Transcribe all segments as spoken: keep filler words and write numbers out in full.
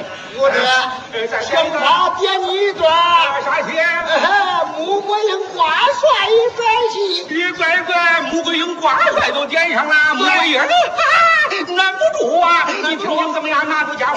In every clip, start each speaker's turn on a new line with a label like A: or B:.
A: 我的先夸点你一段
B: 啥戏？
A: 穆桂英挂帅一段戏。
B: 你乖乖，穆桂英挂帅都点上了，穆桂英难不住啊！你听听怎么样？拿出家伙。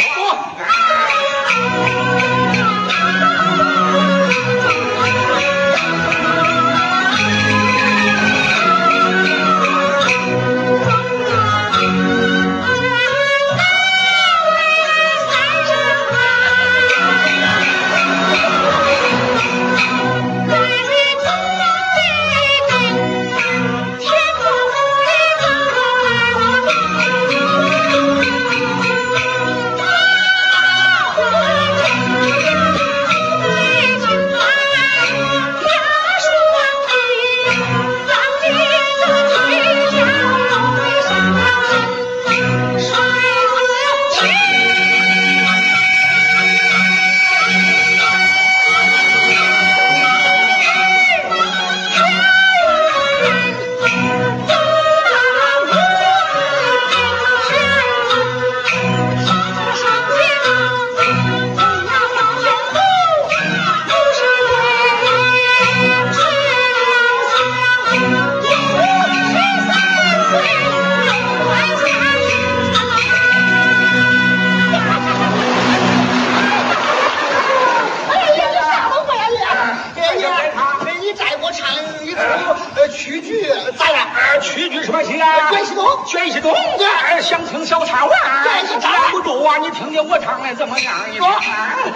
A: 曲剧咋样？
B: 曲剧什么戏啊？
A: 卷西东，
B: 卷西东，对，想听小唱完，
A: 对，你唱
B: 不住啊！你听听我唱的怎么样？你说。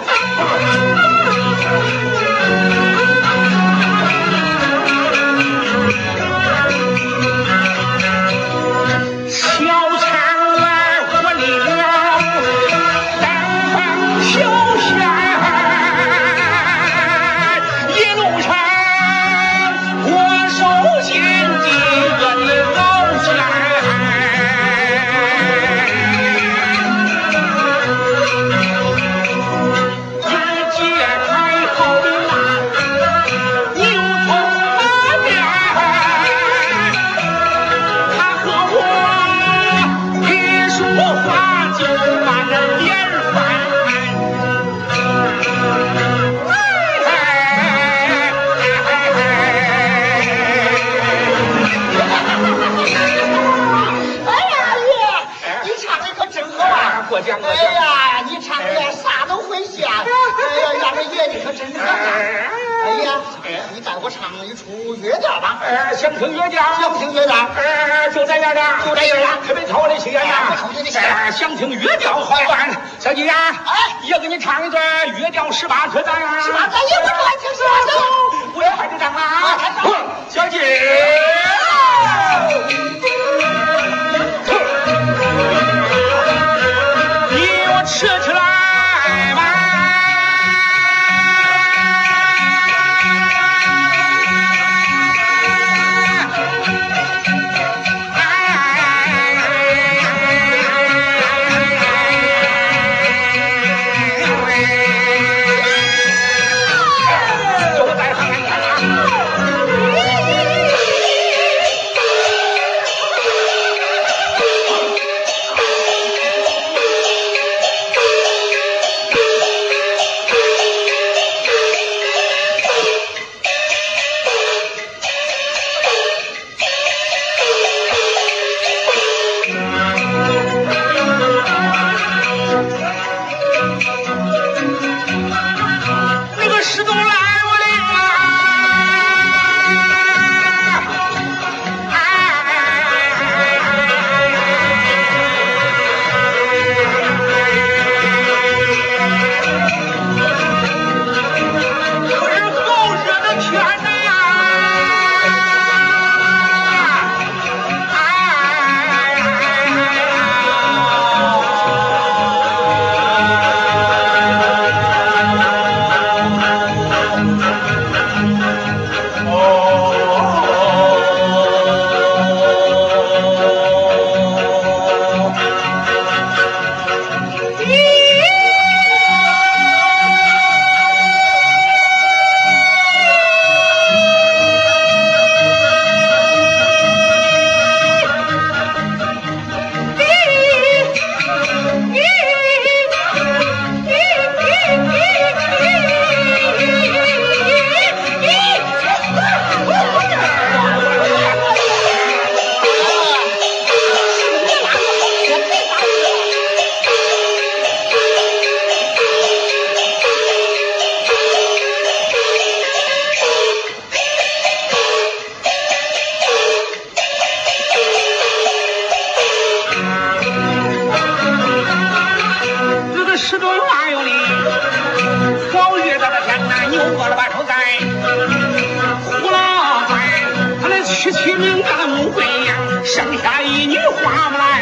B: 小唱儿活力了，单方小下。
A: 哎呀，你唱的啥都会写。哎呀，让人爷你可真是个赞。哎呀，你带我唱一出乐调吧。
B: 哎，想听乐调？
A: 想听乐调？
B: 哎，就在这儿呢，
A: 就在这儿呢。
B: 可别操我的心呀！
A: 我抽你的心。
B: 想听乐调好办，小姐呀，
A: 哎，
B: 也给你唱一段乐调十八颗赞啊。
A: 十八赞也不错，听十八赞。
B: 我也开始唱了啊，小姐。吃起来吧！就在旁边看啊！ 十吨马有力，黄玉到了天呐，牛过了把头栽，胡老怪他那娶妻名叫穆桂英，生下一女花木兰。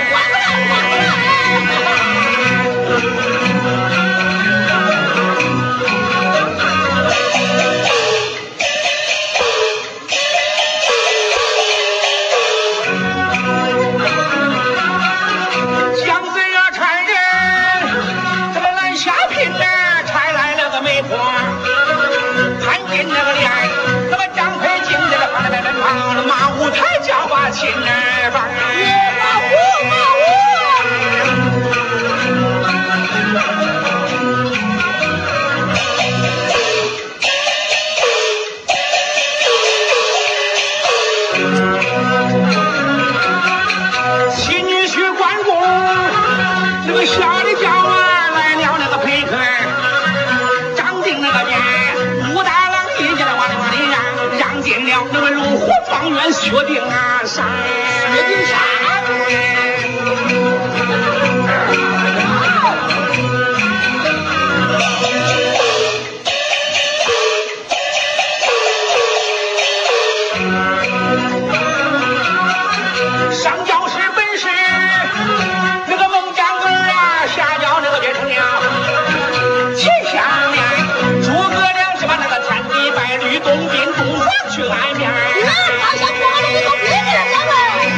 B: 马舞台叫把亲儿放，
A: 马舞马
B: 喜女婿关公，那个小的叫啊来了那个陪客，张定那个边武大郎一见了往里往里让，让进了那个龙虎状元薛定啊上，
A: 薛定啥？
B: 上教是本是那个孟姜子啊，下教那个变成了秦香莲，诸葛亮是把那个天地拜吕洞宾东皇去安边。
A: 好像过了一个别人了呗。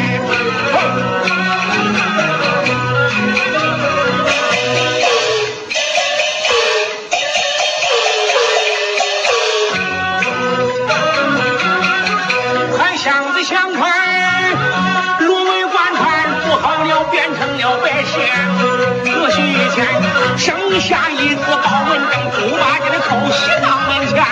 B: 看箱子相看，芦苇贯穿，不好了变成了白线。何须前生下一子包文正，猪八戒的口喜到门前。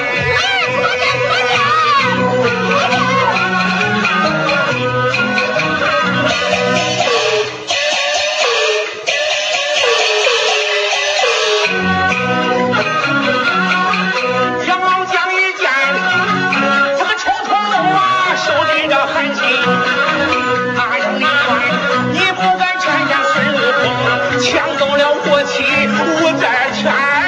B: 杨老将一见，这个冲冲动啊，手拎着寒心。大圣你说，你不敢劝下孙悟空，抢走了我妻无在权。